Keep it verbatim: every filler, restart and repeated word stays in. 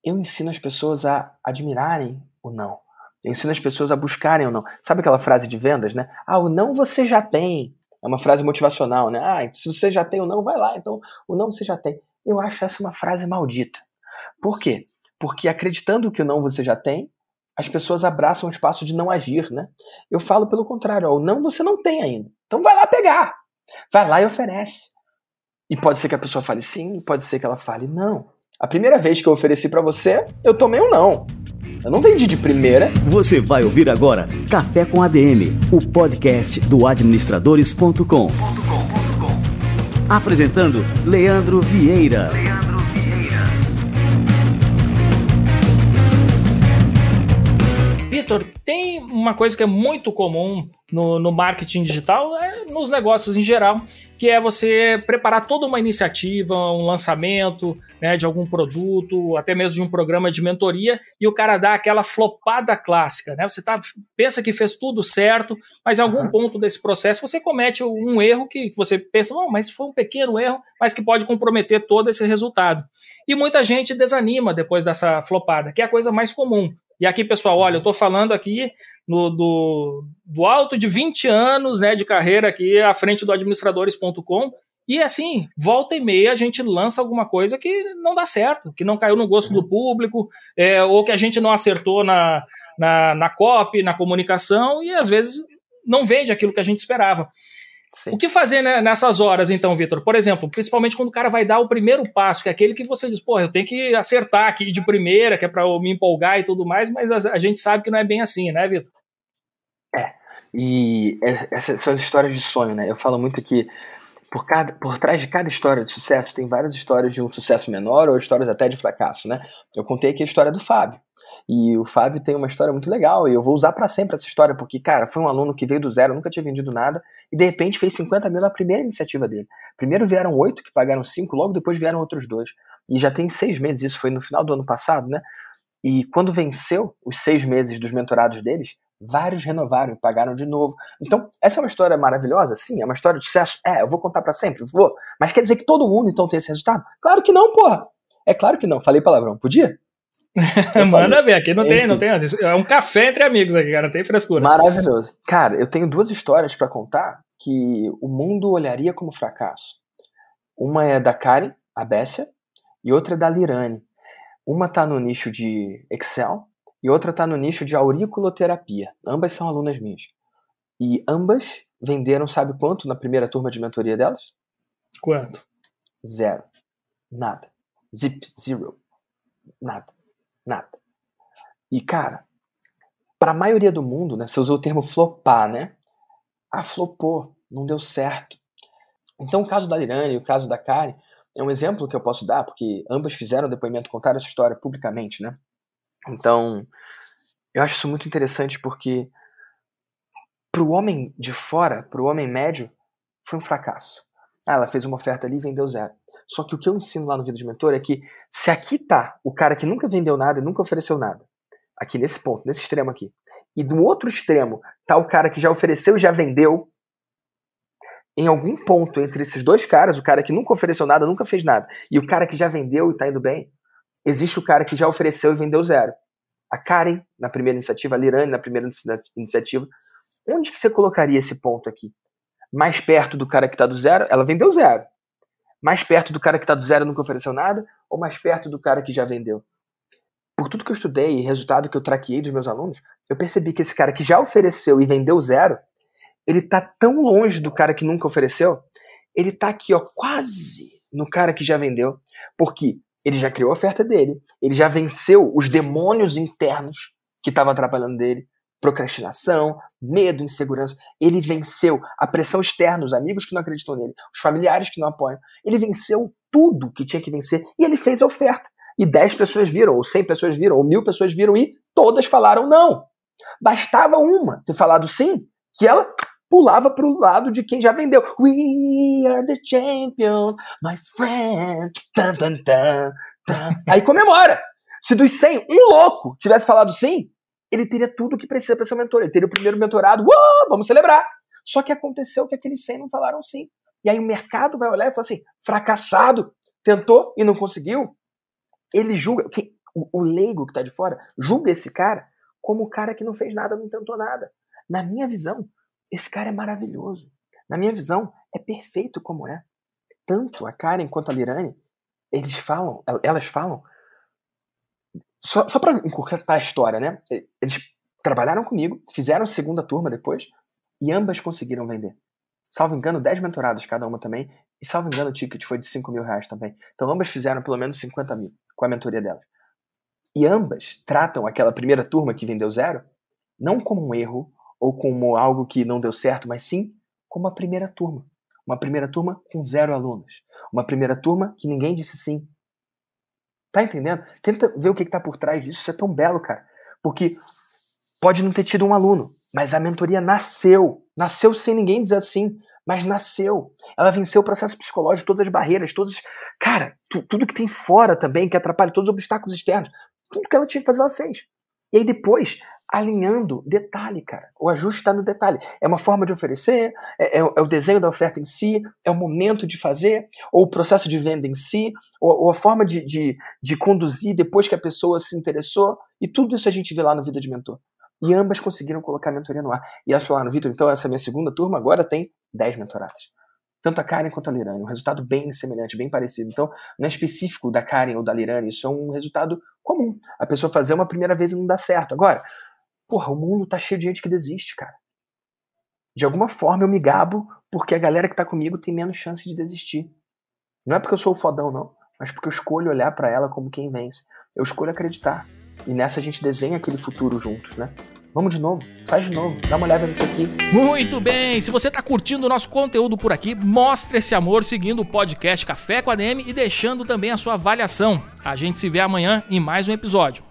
eu ensino as pessoas a admirarem o não. Eu ensino as pessoas a buscarem o não. Sabe aquela frase de vendas, né? Ah, o não você já tem. É uma frase motivacional, né? Ah, se você já tem o não, vai lá. Então, o não você já tem. Eu acho essa uma frase maldita. Por quê? Porque acreditando que o não você já tem, as pessoas abraçam o espaço de não agir, né? Eu falo pelo contrário, ó, o não você não tem ainda. Então vai lá pegar. Vai lá e oferece. E pode ser que a pessoa fale sim, pode ser que ela fale não. A primeira vez que eu ofereci pra você, eu tomei um não. Eu não vendi de primeira. Você vai ouvir agora Café com A D M, o podcast do administradores ponto com. Apresentando Leandro Vieira. Vitor, tem uma coisa que é muito comum no, no marketing digital, é, nos negócios em geral, que é você preparar toda uma iniciativa, um lançamento, né, de algum produto, até mesmo de um programa de mentoria, e o cara dá aquela flopada clássica, né? Você tá, pensa que fez tudo certo, mas em algum uhum. ponto desse processo você comete um erro que você pensa, oh, mas foi um pequeno erro, mas que pode comprometer todo esse resultado. E muita gente desanima depois dessa flopada, que é a coisa mais comum. E aqui, pessoal, olha, eu estou falando aqui no, do, do alto de vinte anos, né, de carreira aqui à frente do administradores ponto com, e assim, volta e meia a gente lança alguma coisa que não dá certo, que não caiu no gosto do público, é, ou que a gente não acertou na, na, na copy, na comunicação, e às vezes não vende aquilo que a gente esperava. Sim. O que fazer, né, nessas horas, então, Vitor? Por exemplo, principalmente quando o cara vai dar o primeiro passo, que é aquele que você diz, pô, eu tenho que acertar aqui de primeira, que é para eu me empolgar e tudo mais, mas a, a gente sabe que não é bem assim, né, Vitor? É, e essas são as histórias de sonho, né? Eu falo muito que por, cada, por trás de cada história de sucesso tem várias histórias de um sucesso menor ou histórias até de fracasso, né? Eu contei aqui a história do Fábio. E o Fábio tem uma história muito legal e eu vou usar pra sempre essa história, porque, cara, foi um aluno que veio do zero, nunca tinha vendido nada e de repente fez cinquenta mil na primeira iniciativa dele. Primeiro vieram oito, que pagaram cinco, logo depois vieram outros dois. E já tem seis meses, isso foi no final do ano passado, né? E quando venceu os seis meses dos mentorados deles, vários renovaram e pagaram de novo. Então, essa é uma história maravilhosa? Sim. É uma história de sucesso? É, eu vou contar pra sempre? Vou. Mas quer dizer que todo mundo, então, tem esse resultado? Claro que não, porra. É claro que não. Falei palavrão. Podia? Manda ver, aqui não tem, não tem. É um café entre amigos aqui, cara, não tem frescura. Maravilhoso. Cara, eu tenho duas histórias pra contar que o mundo olharia como fracasso. Uma é da Karen, a Bessia, e outra é da Lirane. Uma tá no nicho de Excel e outra tá no nicho de auriculoterapia. Ambas são alunas minhas. E ambas venderam, sabe quanto na primeira turma de mentoria delas? Quanto? Zero. Nada. Zip. Zero. Nada. Nada. E, cara, pra maioria do mundo, né, você usou o termo flopar, né? Ah, flopou. Não deu certo. Então, o caso da Lirane e o caso da Karen é um exemplo que eu posso dar, porque ambas fizeram depoimento, contaram essa história publicamente, né? Então, eu acho isso muito interessante porque pro homem de fora, pro homem médio, foi um fracasso. Ah, ela fez uma oferta ali e vendeu zero. Só que o que eu ensino lá no Vida de Mentor é que se aqui tá o cara que nunca vendeu nada e nunca ofereceu nada, aqui nesse ponto, nesse extremo aqui, e do outro extremo tá o cara que já ofereceu e já vendeu, em algum ponto entre esses dois caras, o cara que nunca ofereceu nada, nunca fez nada, e o cara que já vendeu e tá indo bem, existe o cara que já ofereceu e vendeu zero. A Karen, na primeira iniciativa, a Lirane, na primeira iniciativa. Onde que você colocaria esse ponto aqui? Mais perto do cara que tá do zero? Ela vendeu zero. Mais perto do cara que tá do zero e nunca ofereceu nada? Ou mais perto do cara que já vendeu? Por tudo que eu estudei e resultado que eu traqueei dos meus alunos, eu percebi que esse cara que já ofereceu e vendeu zero, ele tá tão longe do cara que nunca ofereceu, ele tá aqui, ó, quase no cara que já vendeu, porque ele já criou a oferta dele, ele já venceu os demônios internos que estavam atrapalhando dele, procrastinação, medo, insegurança. Ele venceu a pressão externa, os amigos que não acreditam nele, os familiares que não apoiam. Ele venceu tudo que tinha que vencer e ele fez a oferta. E dez pessoas viram, ou cem pessoas viram, ou mil pessoas viram e todas falaram não. Bastava uma ter falado sim, que ela pulava para o lado de quem já vendeu. We are the champions, my friend. Tan, tan, tan, tan. Aí comemora. Se dos cem, um louco tivesse falado sim, ele teria tudo o que precisa para ser um mentor. Ele teria o primeiro mentorado. Uou, vamos celebrar. Só que aconteceu que aqueles cem não falaram sim. E aí o mercado vai olhar e falar assim, fracassado, tentou e não conseguiu. Ele julga. O, o leigo que tá de fora julga esse cara como o cara que não fez nada, não tentou nada. Na minha visão, esse cara é maravilhoso. Na minha visão, é perfeito como é. Tanto a Karen quanto a Lirane, eles falam, elas falam, só, só pra encurtar a história, né? Eles trabalharam comigo, fizeram segunda turma depois, e ambas conseguiram vender. Salvo engano, dez mentoradas cada uma também, e salvo engano o ticket foi de cinco mil reais também. Então ambas fizeram pelo menos cinquenta mil com a mentoria delas. E ambas tratam aquela primeira turma que vendeu zero, não como um erro, ou como algo que não deu certo, mas sim como a primeira turma. Uma primeira turma com zero alunos. Uma primeira turma que ninguém disse sim. Tá entendendo? Tenta ver o que está por trás disso. Isso é tão belo, cara. Porque pode não ter tido um aluno, mas a mentoria nasceu. Nasceu sem ninguém dizer assim, mas nasceu. Ela venceu o processo psicológico, todas as barreiras, todos... Cara, tu, tudo que tem fora também, que atrapalha, todos os obstáculos externos. Tudo que ela tinha que fazer, ela fez. E aí depois, alinhando, detalhe, cara. O ajuste está no detalhe. É uma forma de oferecer, é, é, é o desenho da oferta em si, é o momento de fazer, ou o processo de venda em si, ou, ou a forma de, de, de conduzir depois que a pessoa se interessou. E tudo isso a gente vê lá no Vida de Mentor. E ambas conseguiram colocar a mentoria no ar. E elas falaram, Vitor, então essa minha segunda turma agora tem dez mentoradas. Tanto a Karen quanto a Lirane. Um resultado bem semelhante, bem parecido. Então, não é específico da Karen ou da Lirane. Isso é um resultado comum. A pessoa fazer uma primeira vez e não dá certo. Agora, porra, o mundo tá cheio de gente que desiste, cara. De alguma forma eu me gabo porque a galera que tá comigo tem menos chance de desistir. Não é porque eu sou o fodão, não. Mas porque eu escolho olhar pra ela como quem vence. Eu escolho acreditar. E nessa a gente desenha aquele futuro juntos, né? Vamos de novo, faz de novo, dá uma olhada nisso aqui. Muito bem, se você tá curtindo o nosso conteúdo por aqui, mostre esse amor seguindo o podcast Café com A D M e deixando também a sua avaliação. A gente se vê amanhã em mais um episódio.